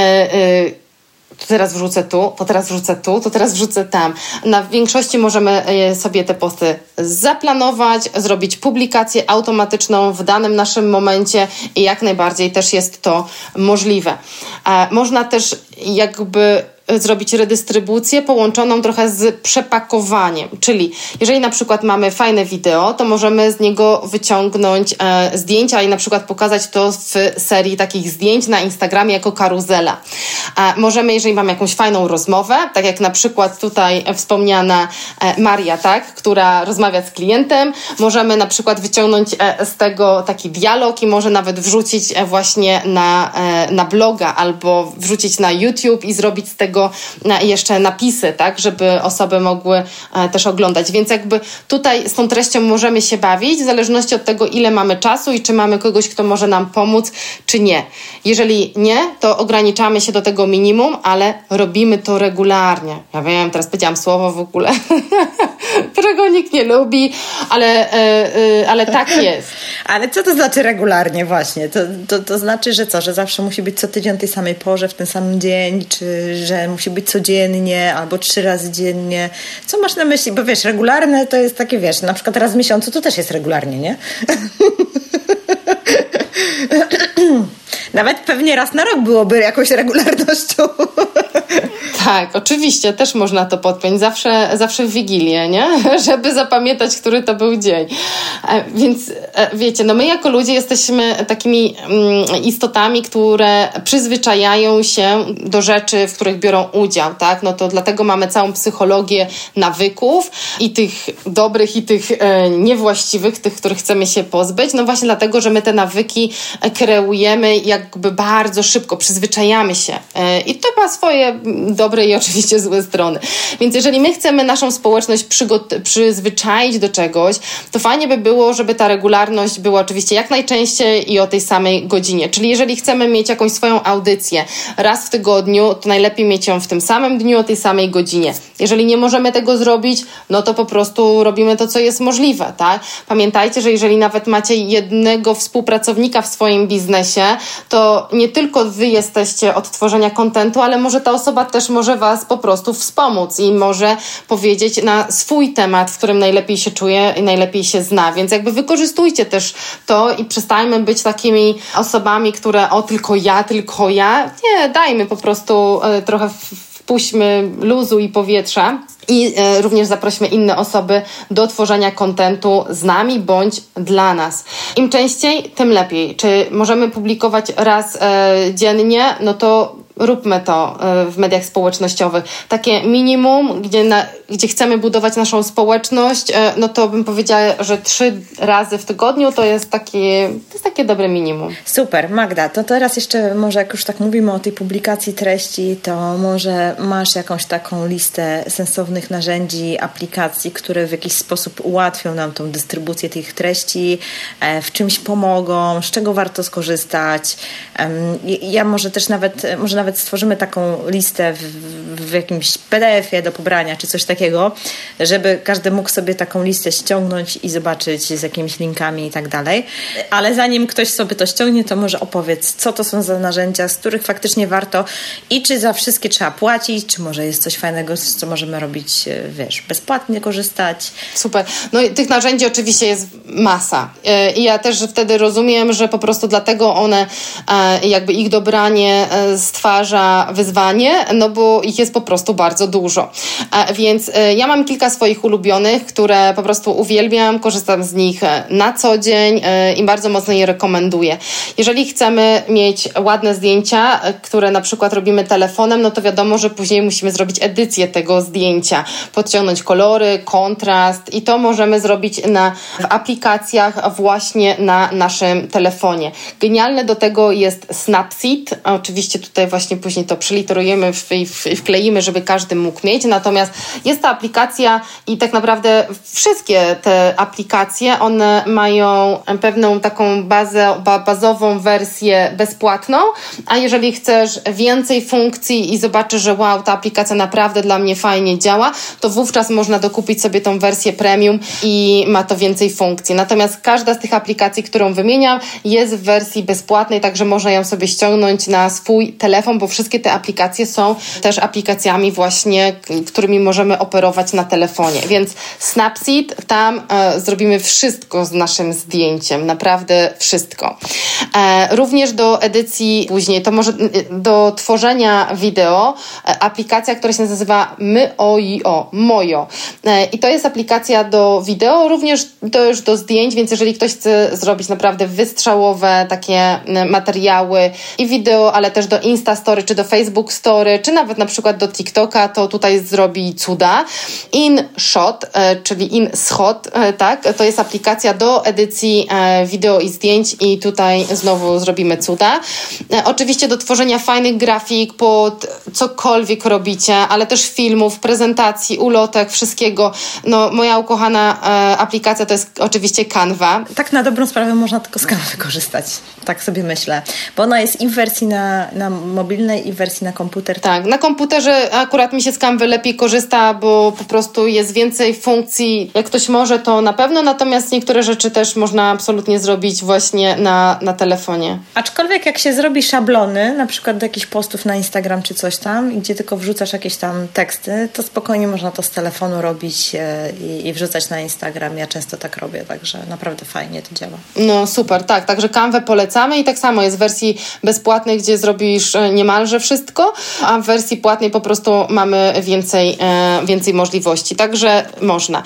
to teraz wrzucę tu, to teraz wrzucę tu, to teraz wrzucę tam. Na większości możemy sobie te posty zaplanować, zrobić publikację automatyczną w danym naszym momencie i jak najbardziej też jest to możliwe. Można też jakby zrobić redystrybucję połączoną trochę z przepakowaniem, czyli jeżeli na przykład mamy fajne wideo, to możemy z niego wyciągnąć zdjęcia i na przykład pokazać to w serii takich zdjęć na Instagramie jako karuzela. Możemy, jeżeli mamy jakąś fajną rozmowę, tak jak na przykład tutaj wspomniana Maria, tak, która rozmawia z klientem, możemy na przykład wyciągnąć z tego taki dialog i może nawet wrzucić właśnie na bloga albo wrzucić na YouTube i zrobić z tego tego jeszcze napisy, tak, żeby osoby mogły też oglądać. Więc jakby tutaj z tą treścią możemy się bawić w zależności od tego, ile mamy czasu i czy mamy kogoś, kto może nam pomóc, czy nie. Jeżeli nie, to ograniczamy się do tego minimum, ale robimy to regularnie. Ja wiem, teraz powiedziałam słowo w ogóle, którego nikt nie lubi, ale tak jest. Ale co to znaczy regularnie właśnie? To znaczy, że co? Że zawsze musi być co tydzień o tej samej porze, w ten sam dzień, czy że musi być codziennie, albo 3 razy dziennie? Co masz na myśli? Bo wiesz, regularne to jest takie, wiesz, na przykład raz w miesiącu to też jest regularnie, nie? Nawet pewnie raz na rok byłoby jakąś regularnością. Tak, oczywiście, też można to podpiąć. Zawsze w Wigilię, nie? Żeby zapamiętać, który to był dzień. Więc wiecie, no my jako ludzie jesteśmy takimi istotami, które przyzwyczajają się do rzeczy, w których biorą udział, tak? No to dlatego mamy całą psychologię nawyków i tych dobrych, i tych niewłaściwych, tych, których chcemy się pozbyć. No właśnie dlatego, że my te nawyki kreujemy jakby bardzo szybko, przyzwyczajamy się. I to ma swoje dobre i oczywiście złe strony. Więc jeżeli my chcemy naszą społeczność przyzwyczaić do czegoś, to fajnie by było, żeby ta regularność była oczywiście jak najczęściej i o tej samej godzinie. Czyli jeżeli chcemy mieć jakąś swoją audycję raz w tygodniu, to najlepiej mieć ją w tym samym dniu o tej samej godzinie. Jeżeli nie możemy tego zrobić, no to po prostu robimy to, co jest możliwe, tak? Pamiętajcie, że jeżeli nawet macie jednego współpracownika w swoim biznesie, to nie tylko wy jesteście od tworzenia kontentu, ale może ta osoba też może was po prostu wspomóc i może powiedzieć na swój temat, w którym najlepiej się czuje i najlepiej się zna. Więc jakby wykorzystujcie też to i przestańmy być takimi osobami, które tylko ja. Nie, dajmy po prostu trochę wpuśćmy luzu i powietrza. I również zaprośmy inne osoby do tworzenia kontentu z nami bądź dla nas. Im częściej, tym lepiej. Czy możemy publikować raz dziennie? No to róbmy to w mediach społecznościowych. Takie minimum, gdzie chcemy budować naszą społeczność, no to bym powiedziała, że 3 razy w tygodniu to jest takie dobre minimum. Super, Magda, to teraz jeszcze może jak już tak mówimy o tej publikacji treści, to może masz jakąś taką listę sensownych narzędzi, aplikacji, które w jakiś sposób ułatwią nam tą dystrybucję tych treści, w czymś pomogą, z czego warto skorzystać. Ja może nawet stworzymy taką listę w jakimś PDF-ie do pobrania, czy coś takiego, żeby każdy mógł sobie taką listę ściągnąć i zobaczyć z jakimiś linkami i tak dalej. Ale zanim ktoś sobie to ściągnie, to może opowiedz, co to są za narzędzia, z których faktycznie warto i czy za wszystkie trzeba płacić, czy może jest coś fajnego, co możemy robić, bezpłatnie korzystać. Super. No i tych narzędzi oczywiście jest masa. I ja też wtedy rozumiem, że po prostu dlatego one, jakby ich dobranie stwarza wyzwanie, no bo ich jest po prostu bardzo dużo. Więc ja mam kilka swoich ulubionych, które po prostu uwielbiam, korzystam z nich na co dzień i bardzo mocno je rekomenduję. Jeżeli chcemy mieć ładne zdjęcia, które na przykład robimy telefonem, no to wiadomo, że później musimy zrobić edycję tego zdjęcia, podciągnąć kolory, kontrast i to możemy zrobić w aplikacjach właśnie na naszym telefonie. Genialne do tego jest Snapseed. Oczywiście tutaj właśnie później to przyliterujemy i wkleimy, żeby każdy mógł mieć. Natomiast jest ta aplikacja i tak naprawdę wszystkie te aplikacje, one mają pewną taką bazową wersję bezpłatną, a jeżeli chcesz więcej funkcji i zobaczysz, że wow, ta aplikacja naprawdę dla mnie fajnie działa, to wówczas można dokupić sobie tą wersję premium i ma to więcej funkcji. Natomiast każda z tych aplikacji, którą wymieniam, jest w wersji bezpłatnej, także można ją sobie ściągnąć na swój telefon, bo wszystkie te aplikacje są też aplikacjami właśnie, którymi możemy operować na telefonie. Więc Snapseed, tam zrobimy wszystko z naszym zdjęciem. Naprawdę wszystko. Również do edycji później, to może do tworzenia wideo, aplikacja, która się nazywa Mojo. I to jest aplikacja do wideo, również też do zdjęć, więc jeżeli ktoś chce zrobić naprawdę wystrzałowe takie materiały i wideo, ale też do Insta Story, czy do Facebook Story, czy nawet na przykład do TikToka, to tutaj zrobi cuda. InShot, czyli InShot, tak, to jest aplikacja do edycji wideo i zdjęć i tutaj znowu zrobimy cuda. Oczywiście do tworzenia fajnych grafik pod cokolwiek robicie, ale też filmów, prezentacji, ulotek, wszystkiego. No, moja ukochana aplikacja to jest oczywiście Canva. Tak na dobrą sprawę można tylko z Canva korzystać. Tak sobie myślę. Bo ona jest i w wersji na mobilnej, i w wersji na komputer. Tak, na komputerze akurat mi się z Canvy lepiej korzysta, bo po prostu jest więcej funkcji. Jak ktoś może, to na pewno, natomiast niektóre rzeczy też można absolutnie zrobić właśnie na telefonie. Aczkolwiek jak się zrobi szablony, na przykład do jakichś postów na Instagram czy coś tam, gdzie tylko wrzucasz jakieś tam teksty, to spokojnie można to z telefonu robić i wrzucać na Instagram. Ja często tak robię, także naprawdę fajnie to działa. No super, tak, także Canvę polecamy i tak samo jest w wersji bezpłatnej, gdzie zrobisz niemalże wszystko, a w wersji płatnej po prostu mamy więcej możliwości, także można.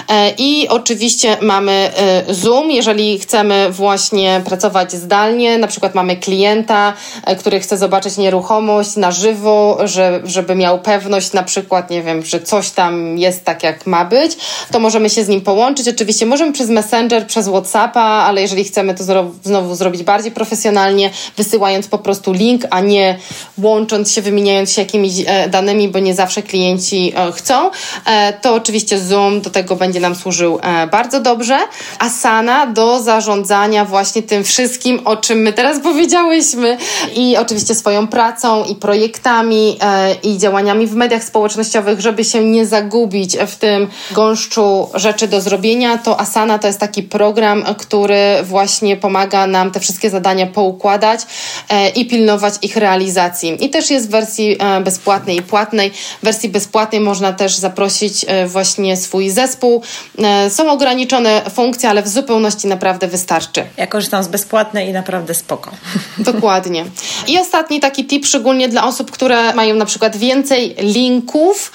I oczywiście mamy Zoom, jeżeli chcemy właśnie pracować zdalnie, na przykład mamy klienta, który chce zobaczyć nieruchomość na żywo, żeby miał pewność na przykład, nie wiem, że coś tam jest tak jak ma być, to możemy się z nim połączyć. Oczywiście możemy przez Messenger, przez WhatsAppa, ale jeżeli chcemy to znowu zrobić bardziej profesjonalnie, wysyłając po prostu link, a nie łącząc się, wymieniając się jakimiś danymi, bo nie zawsze klienci chcą, to oczywiście Zoom do tego będzie nam służył bardzo dobrze. Asana do zarządzania właśnie tym wszystkim, o czym my teraz powiedziałyśmy i oczywiście swoją pracą i projektami i działaniami w mediach społecznościowych, żeby się nie zagubić w tym gąszczu rzeczy do zrobienia, to Asana to jest taki program, który właśnie pomaga nam te wszystkie zadania poukładać i pilnować ich realizacji. I też jest w wersji bezpłatnej i płatnej. W wersji bezpłatnej można też zaprosić właśnie swój zespół. Są ograniczone funkcje, ale w zupełności naprawdę wystarczy. Ja korzystam z bezpłatnej i naprawdę spoko. Dokładnie. I ostatni taki tip, szczególnie dla osób, które mają na przykład więcej linków,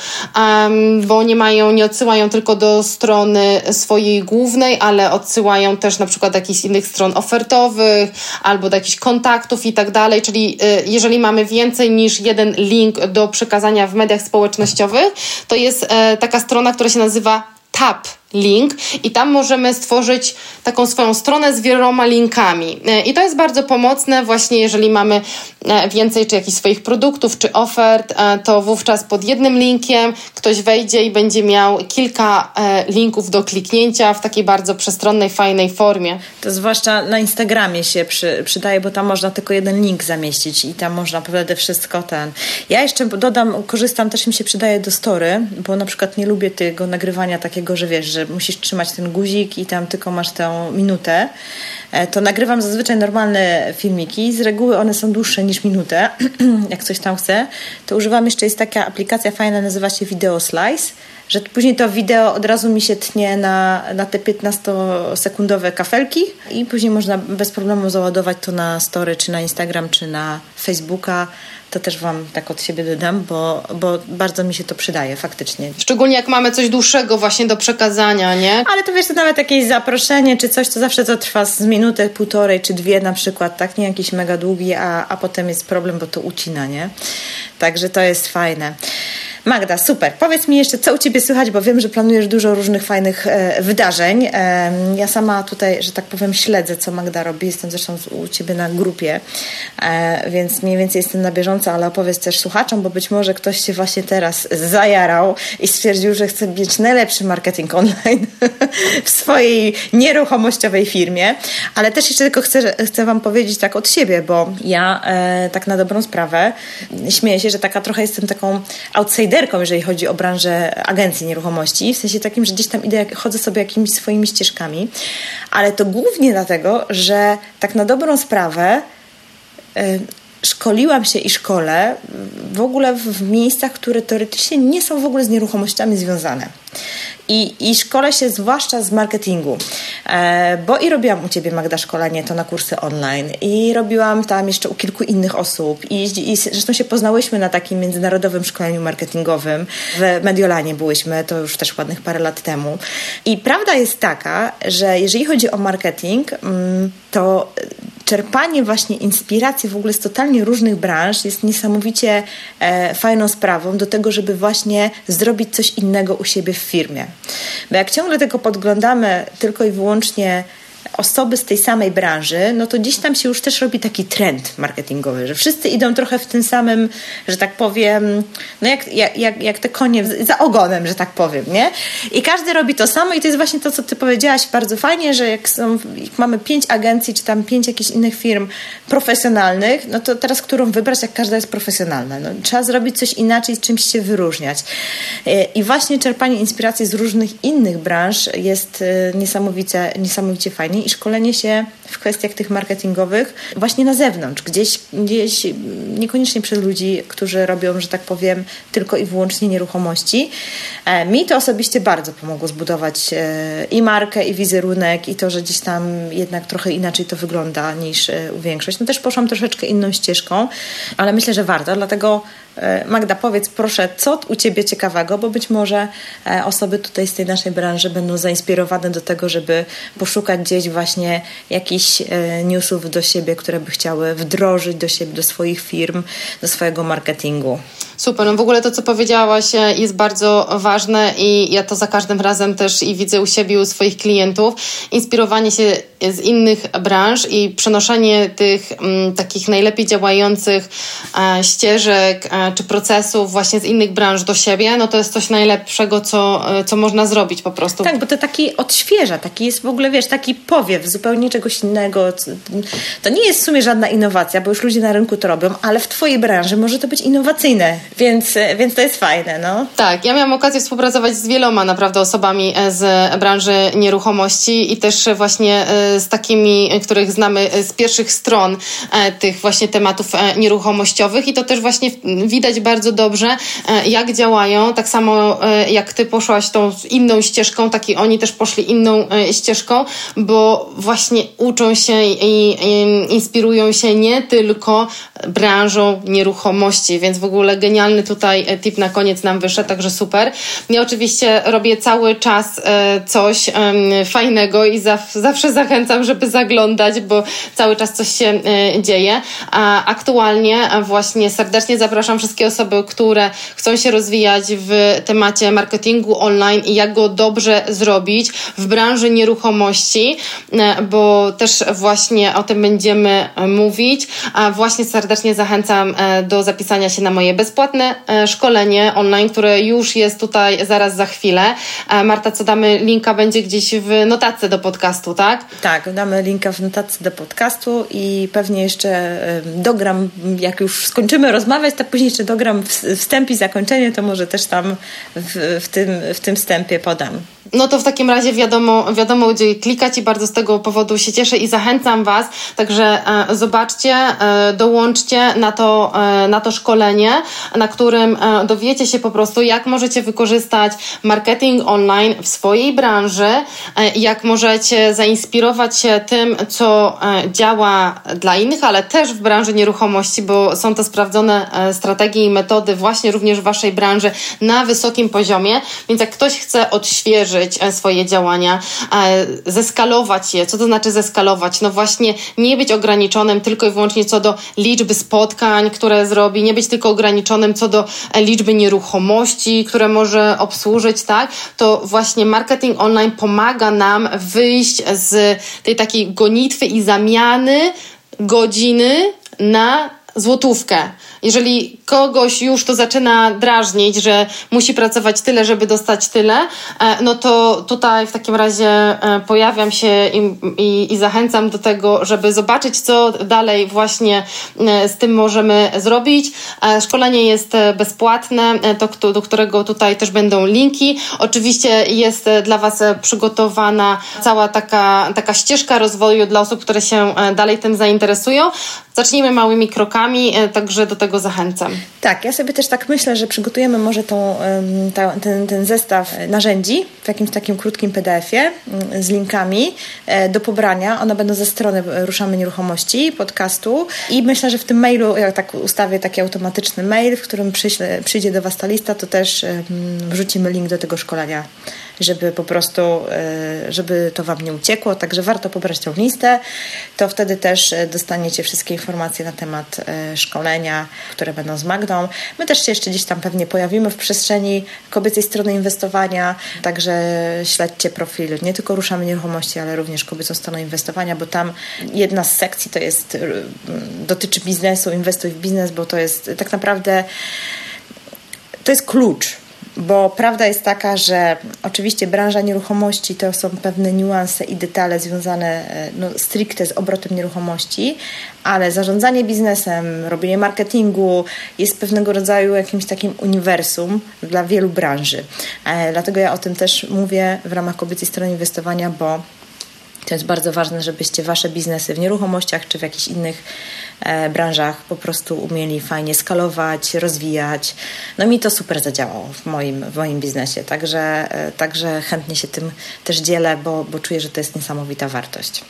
bo nie odsyłają tylko do strony swojej głównej, ale odsyłają też na przykład do jakichś innych stron ofertowych albo do jakichś kontaktów i tak dalej, czyli jeżeli mamy więcej niż jeden link do przekazania w mediach społecznościowych, to jest taka strona, która się nazywa Tap Link i tam możemy stworzyć taką swoją stronę z wieloma linkami. I to jest bardzo pomocne właśnie, jeżeli mamy więcej czy jakichś swoich produktów, czy ofert, to wówczas pod jednym linkiem ktoś wejdzie i będzie miał kilka linków do kliknięcia w takiej bardzo przestronnej, fajnej formie. To zwłaszcza na Instagramie się przydaje, bo tam można tylko jeden link zamieścić i tam można naprawdę wszystko Ja jeszcze dodam, korzystam, też mi się przydaje do story, bo na przykład nie lubię tego nagrywania takiego, że wiesz, że musisz trzymać ten guzik i tam tylko masz tę minutę, to nagrywam zazwyczaj normalne filmiki. Z reguły one są dłuższe niż minutę. Jak coś tam chcę, to używam jeszcze, jest taka aplikacja fajna, nazywa się Video Slice, że później to wideo od razu mi się tnie na te 15-sekundowe kafelki i później można bez problemu załadować to na story, czy na Instagram, czy na Facebooka. To też Wam tak od siebie dodam, bo bardzo mi się to przydaje faktycznie. Szczególnie jak mamy coś dłuższego właśnie do przekazania, nie? Ale to wiesz, to nawet jakieś zaproszenie czy coś, to zawsze to trwa z minutę, półtorej czy dwie na przykład, tak? Nie jakiś mega długi, a potem jest problem, bo to ucina, nie? Także to jest fajne. Magda, super. Powiedz mi jeszcze, co u Ciebie słychać, bo wiem, że planujesz dużo różnych fajnych wydarzeń. Ja sama tutaj, że tak powiem, śledzę, co Magda robi. Jestem zresztą u Ciebie na grupie, więc mniej więcej jestem na bieżąco, ale opowiedz też słuchaczom, bo być może ktoś się właśnie teraz zajarał i stwierdził, że chce mieć najlepszy marketing online w swojej nieruchomościowej firmie. Ale też jeszcze tylko chcę Wam powiedzieć tak od siebie, bo ja tak na dobrą sprawę śmieję się, że taka trochę jestem taką outsiderką, jeżeli chodzi o branżę agencji nieruchomości, w sensie takim, że gdzieś tam chodzę sobie jakimiś swoimi ścieżkami, ale to głównie dlatego, że tak na dobrą sprawę szkoliłam się i szkolę w ogóle w miejscach, które teoretycznie nie są w ogóle z nieruchomościami związane. I szkolę się zwłaszcza z marketingu, bo i robiłam u Ciebie, Magda, szkolenie to na kursy online i robiłam tam jeszcze u kilku innych osób i zresztą się poznałyśmy na takim międzynarodowym szkoleniu marketingowym. W Mediolanie byłyśmy, to już też ładnych parę lat temu. I prawda jest taka, że jeżeli chodzi o marketing, to czerpanie właśnie inspiracji w ogóle z totalnie różnych branż jest niesamowicie fajną sprawą do tego, żeby właśnie zrobić coś innego u siebie w firmie. Bo jak ciągle tego podglądamy tylko i wyłącznie osoby z tej samej branży, no to gdzieś tam się już też robi taki trend marketingowy, że wszyscy idą trochę w tym samym, że tak powiem, no jak te konie za ogonem, że tak powiem, nie? I każdy robi to samo i to jest właśnie to, co ty powiedziałaś bardzo fajnie, że jak mamy 5 agencji, czy tam 5 jakichś innych firm profesjonalnych, no to teraz którą wybrać, jak każda jest profesjonalna? No, trzeba zrobić coś inaczej, z czymś się wyróżniać. I właśnie czerpanie inspiracji z różnych innych branż jest niesamowicie fajnie i szkolenie się w kwestiach tych marketingowych właśnie na zewnątrz, gdzieś niekoniecznie przez ludzi, którzy robią, że tak powiem, tylko i wyłącznie nieruchomości. Mi to osobiście bardzo pomogło zbudować i markę, i wizerunek, i to, że gdzieś tam jednak trochę inaczej to wygląda niż u większości. No też poszłam troszeczkę inną ścieżką, ale myślę, że warto, dlatego Magda, powiedz proszę, co u Ciebie ciekawego, bo być może osoby tutaj z tej naszej branży będą zainspirowane do tego, żeby poszukać gdzieś właśnie jakichś newsów do siebie, które by chciały wdrożyć do siebie, do swoich firm, do swojego marketingu. Super, no w ogóle to, co powiedziałaś, jest bardzo ważne i ja to za każdym razem też i widzę u siebie, u swoich klientów. Inspirowanie się z innych branż i przenoszenie tych takich najlepiej działających ścieżek czy procesów właśnie z innych branż do siebie, no to jest coś najlepszego, co można zrobić po prostu. Tak, bo to taki odświeża, taki jest w ogóle, wiesz, taki powiew zupełnie czegoś innego. To nie jest w sumie żadna innowacja, bo już ludzie na rynku to robią, ale w Twojej branży może to być innowacyjne. Więc to jest fajne, no. Tak, ja miałam okazję współpracować z wieloma naprawdę osobami z branży nieruchomości i też właśnie z takimi, których znamy z pierwszych stron tych właśnie tematów nieruchomościowych i to też właśnie widać bardzo dobrze, jak działają. Tak samo jak ty poszłaś tą inną ścieżką, tak i oni też poszli inną ścieżką, bo właśnie uczą się i inspirują się nie tylko branżą nieruchomości, więc w ogóle genialny tutaj tip na koniec nam wyszedł, także super. Ja oczywiście robię cały czas coś fajnego i zawsze zachęcam, żeby zaglądać, bo cały czas coś się dzieje. A aktualnie właśnie serdecznie zapraszam wszystkie osoby, które chcą się rozwijać w temacie marketingu online i jak go dobrze zrobić w branży nieruchomości, bo też właśnie o tym będziemy mówić. A właśnie serdecznie zachęcam do zapisania się na moje bezpłatne szkolenie online, które już jest tutaj zaraz za chwilę. Marta, co damy linka będzie gdzieś w notatce do podcastu, tak? Tak, damy linka w notatce do podcastu i pewnie jeszcze dogram, jak już skończymy rozmawiać, to później jeszcze dogram wstęp i zakończenie, to może też tam w tym wstępie podam. No to w takim razie wiadomo gdzie klikać i bardzo z tego powodu się cieszę i zachęcam Was, także zobaczcie, dołączcie na to szkolenie, na którym dowiecie się po prostu, jak możecie wykorzystać marketing online w swojej branży, jak możecie zainspirować się tym, co działa dla innych, ale też w branży nieruchomości, bo są to sprawdzone strategie i metody właśnie również w Waszej branży na wysokim poziomie, więc jak ktoś chce odświeżyć swoje działania, zeskalować je. Co to znaczy zeskalować? No właśnie nie być ograniczonym tylko i wyłącznie co do liczby spotkań, które zrobi, nie być tylko ograniczonym co do liczby nieruchomości, które może obsłużyć, tak? To właśnie marketing online pomaga nam wyjść z tej takiej gonitwy i zamiany godziny na złotówkę. Jeżeli kogoś już to zaczyna drażnić, że musi pracować tyle, żeby dostać tyle, no to tutaj w takim razie pojawiam się i zachęcam do tego, żeby zobaczyć, co dalej właśnie z tym możemy zrobić. Szkolenie jest bezpłatne, do którego tutaj też będą linki. Oczywiście jest dla Was przygotowana cała taka ścieżka rozwoju dla osób, które się dalej tym zainteresują. Zacznijmy małymi krokami, także do tego zachęcam. Tak, ja sobie też tak myślę, że przygotujemy może ten zestaw narzędzi w jakimś takim krótkim PDF-ie z linkami do pobrania. One będą ze strony Ruszamy Nieruchomości podcastu i myślę, że w tym mailu, jak tak ustawię taki automatyczny mail, w którym przyjdzie do Was ta lista, to też wrzucimy link do tego szkolenia żeby po prostu, żeby to Wam nie uciekło, także warto pobrać tą listę, to wtedy też dostaniecie wszystkie informacje na temat szkolenia, które będą z Magdą. My też się jeszcze gdzieś tam pewnie pojawimy w przestrzeni kobiecej strony inwestowania, także śledźcie profil nie tylko Ruszamy Nieruchomości, ale również kobiecą stroną inwestowania, bo tam jedna z sekcji to jest, dotyczy biznesu, inwestuj w biznes, bo to jest tak naprawdę, to jest klucz. Bo prawda jest taka, że oczywiście branża nieruchomości to są pewne niuanse i detale związane stricte z obrotem nieruchomości, ale zarządzanie biznesem, robienie marketingu jest pewnego rodzaju jakimś takim uniwersum dla wielu branży. Dlatego ja o tym też mówię w ramach kobiecej strony inwestowania, bo to jest bardzo ważne, żebyście wasze biznesy w nieruchomościach czy w jakichś innych branżach po prostu umieli fajnie skalować, rozwijać. No mi to super zadziałało w moim biznesie, także chętnie się tym też dzielę, bo czuję, że to jest niesamowita wartość.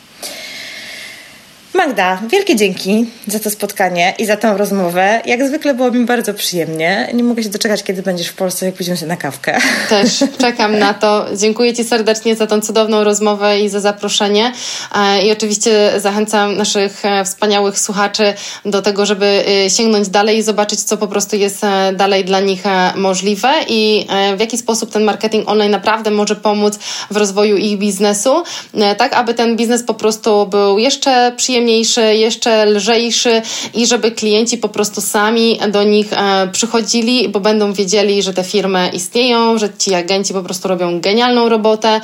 Magda, wielkie dzięki za to spotkanie i za tę rozmowę. Jak zwykle było mi bardzo przyjemnie. Nie mogę się doczekać, kiedy będziesz w Polsce, jak pójdziemy się na kawkę. Też czekam na to. Dziękuję Ci serdecznie za tą cudowną rozmowę i za zaproszenie. I oczywiście zachęcam naszych wspaniałych słuchaczy do tego, żeby sięgnąć dalej i zobaczyć, co po prostu jest dalej dla nich możliwe i w jaki sposób ten marketing online naprawdę może pomóc w rozwoju ich biznesu, tak aby ten biznes po prostu był jeszcze przyjemniejszy, jeszcze lżejszy i żeby klienci po prostu sami do nich przychodzili, bo będą wiedzieli, że te firmy istnieją, że ci agenci po prostu robią genialną robotę.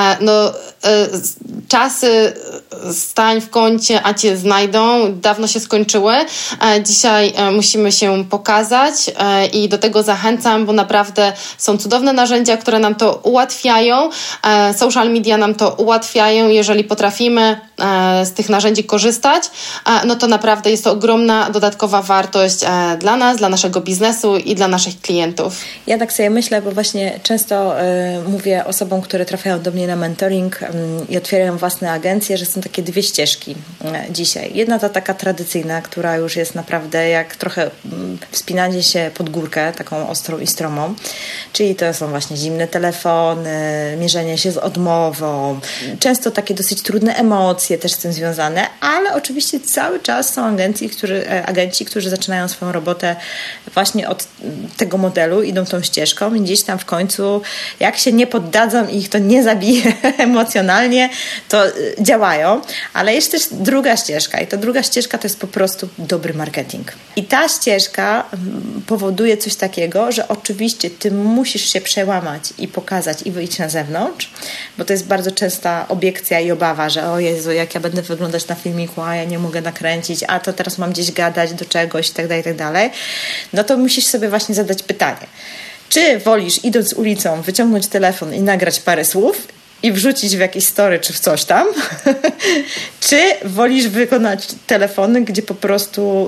Czasy stań w kącie, a Cię znajdą, dawno się skończyły. Dzisiaj musimy się pokazać i do tego zachęcam, bo naprawdę są cudowne narzędzia, które nam to ułatwiają. Social media nam to ułatwiają. Jeżeli potrafimy z tych narzędzi korzystać, no to naprawdę jest to ogromna dodatkowa wartość dla nas, dla naszego biznesu i dla naszych klientów. Ja tak sobie myślę, bo właśnie często mówię osobom, które trafiają do mnie na mentoring i otwierają własne agencje, że są takie dwie ścieżki dzisiaj. Jedna to taka tradycyjna, która już jest naprawdę jak trochę wspinanie się pod górkę, taką ostrą i stromą, czyli to są właśnie zimne telefony, mierzenie się z odmową, często takie dosyć trudne emocje też z tym związane, ale oczywiście cały czas są agenci, którzy zaczynają swoją robotę właśnie od tego modelu, idą tą ścieżką i gdzieś tam w końcu, jak się nie poddadzą i ich to nie zabije emocjonalnie, to działają, ale jest też druga ścieżka i ta druga ścieżka to jest po prostu dobry marketing. I ta ścieżka powoduje coś takiego, że oczywiście ty musisz się przełamać i pokazać i wyjść na zewnątrz, bo to jest bardzo częsta obiekcja i obawa, że o Jezu, jak ja będę wyglądać na filmiku, a ja nie mogę nakręcić, a to teraz mam gdzieś gadać do czegoś i tak dalej, no to musisz sobie właśnie zadać pytanie. Czy wolisz, idąc ulicą, wyciągnąć telefon i nagrać parę słów i wrzucić w jakieś story czy w coś tam? Czy wolisz wykonać telefony, gdzie po prostu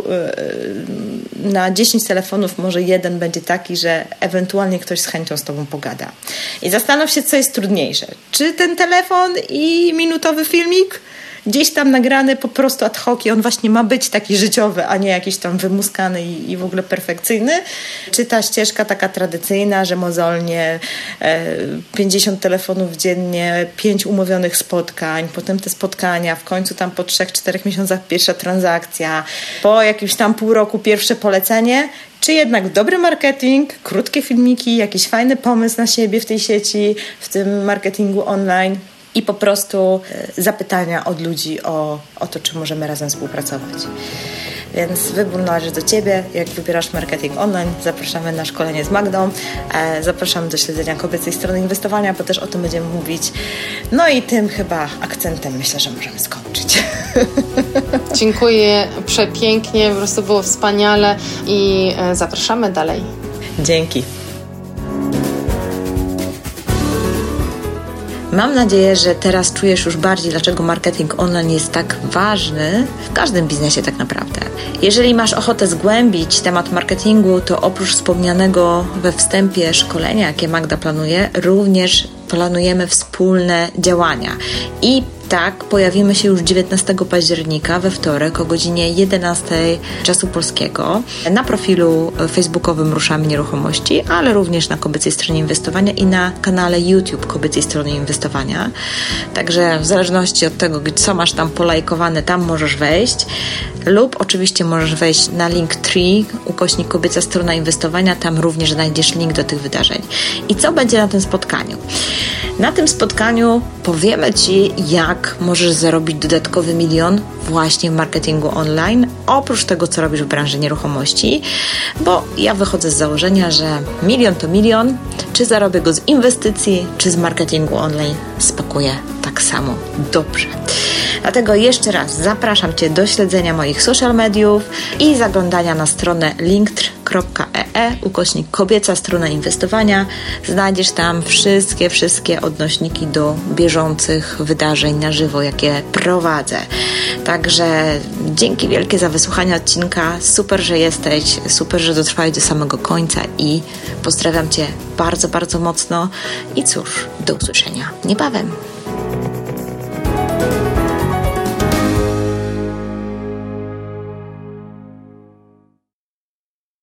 na 10 telefonów może jeden będzie taki, że ewentualnie ktoś z chęcią z tobą pogada? I zastanów się, co jest trudniejsze. Czy ten telefon i minutowy filmik? Gdzieś tam nagrany po prostu ad hoc i on właśnie ma być taki życiowy, a nie jakiś tam wymuskany i w ogóle perfekcyjny? Czy ta ścieżka taka tradycyjna, że mozolnie 50 telefonów dziennie, 5 umówionych spotkań, potem te spotkania, w końcu tam po 3-4 miesiącach pierwsza transakcja, po jakimś tam pół roku pierwsze polecenie? Czy jednak dobry marketing, krótkie filmiki, jakiś fajny pomysł na siebie w tej sieci, w tym marketingu online? I po prostu zapytania od ludzi o to, czy możemy razem współpracować. Więc wybór należy do Ciebie. Jak wybierasz marketing online, zapraszamy na szkolenie z Magdą. Zapraszamy do śledzenia kobiecej strony inwestowania, bo też o tym będziemy mówić. No i tym chyba akcentem myślę, że możemy skończyć. Dziękuję przepięknie, po prostu było wspaniale i zapraszamy dalej. Dzięki. Mam nadzieję, że teraz czujesz już bardziej, dlaczego marketing online jest tak ważny w każdym biznesie tak naprawdę. Jeżeli masz ochotę zgłębić temat marketingu, to oprócz wspomnianego we wstępie szkolenia, jakie Magda planuje, również planujemy wspólne działania. I Tak, pojawimy się już 19 października we wtorek o godzinie 11 czasu polskiego na profilu facebookowym Ruszamy Nieruchomości, ale również na Kobiecej Stronie Inwestowania i na kanale YouTube Kobiecej Strony Inwestowania. Także w zależności od tego, co masz tam polajkowane, tam możesz wejść lub oczywiście możesz wejść na Linktree /Kobieca Strona Inwestowania, tam również znajdziesz link do tych wydarzeń. I co będzie na tym spotkaniu? Na tym spotkaniu powiemy Ci, jak możesz zarobić dodatkowy 1 milion właśnie w marketingu online, oprócz tego, co robisz w branży nieruchomości, bo ja wychodzę z założenia, że 1 milion to 1 milion, czy zarobię go z inwestycji, czy z marketingu online, spakuję tak samo dobrze. Dlatego jeszcze raz zapraszam Cię do śledzenia moich social mediów i zaglądania na stronę linktr.ee/Kobieca Strona Inwestowania. Znajdziesz tam wszystkie odnośniki do bieżących wydarzeń na żywo, jakie prowadzę. Także dzięki wielkie za wysłuchanie odcinka. Super, że jesteś, super, że dotrwałeś do samego końca i pozdrawiam Cię bardzo, bardzo mocno. I cóż, do usłyszenia niebawem.